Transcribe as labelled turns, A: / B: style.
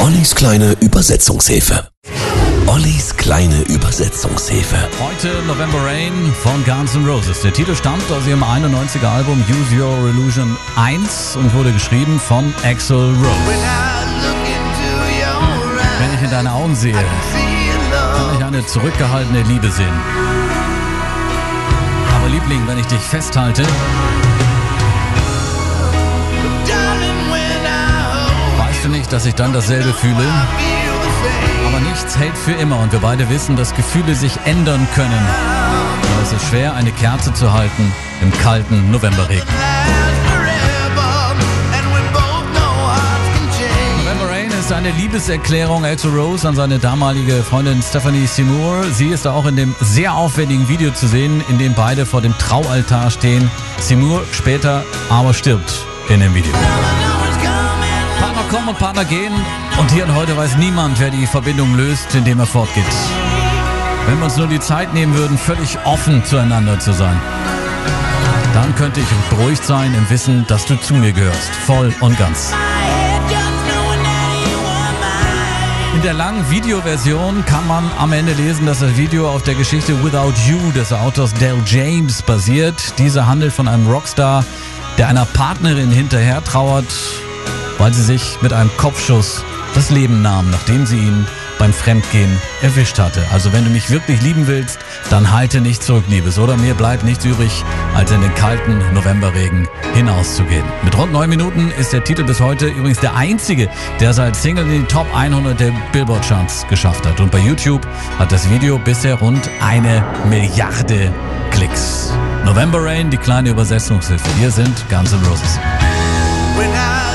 A: Ollis kleine Übersetzungshilfe. Ollis kleine Übersetzungshilfe.
B: Heute November Rain von Guns N' Roses. Der Titel stammt aus ihrem 91er Album Use Your Illusion 1 und wurde geschrieben von Axl Rose. Wenn ich in deine Augen sehe, kann ich eine zurückgehaltene Liebe sehen. Aber Liebling, wenn ich dich festhalte, weißt du nicht, dass ich dann dasselbe fühle? Aber nichts hält für immer und wir beide wissen, dass Gefühle sich ändern können. Aber es ist schwer, eine Kerze zu halten im kalten Novemberregen. November Rain ist eine Liebeserklärung Axl Rose an seine damalige Freundin Stephanie Seymour. Sie ist auch in dem sehr aufwendigen Video zu sehen, in dem beide vor dem Traualtar stehen. Seymour später aber stirbt in dem Video. Partner kommen und Partner gehen und hier und heute weiß niemand, wer die Verbindung löst, indem er fortgeht. Wenn wir uns nur die Zeit nehmen würden, völlig offen zueinander zu sein, dann könnte ich beruhigt sein im Wissen, dass du zu mir gehörst, voll und ganz. In der langen Videoversion kann man am Ende lesen, dass das Video auf der Geschichte Without You des Autors Del James basiert. Diese handelt von einem Rockstar, der einer Partnerin hinterher trauert, weil sie sich mit einem Kopfschuss das Leben nahm, nachdem sie ihn beim Fremdgehen erwischt hatte. Also wenn du mich wirklich lieben willst, dann halte nicht zurück, Liebes. Oder mir bleibt nichts übrig, als in den kalten Novemberregen hinauszugehen. Mit rund 9 Minuten ist der Titel bis heute übrigens der einzige, der seit Single in die Top 100 der Billboard-Charts geschafft hat. Und bei YouTube hat das Video bisher rund 1 Milliarde Klicks. November Rain, die kleine Übersetzungshilfe. Wir sind Guns N' Roses.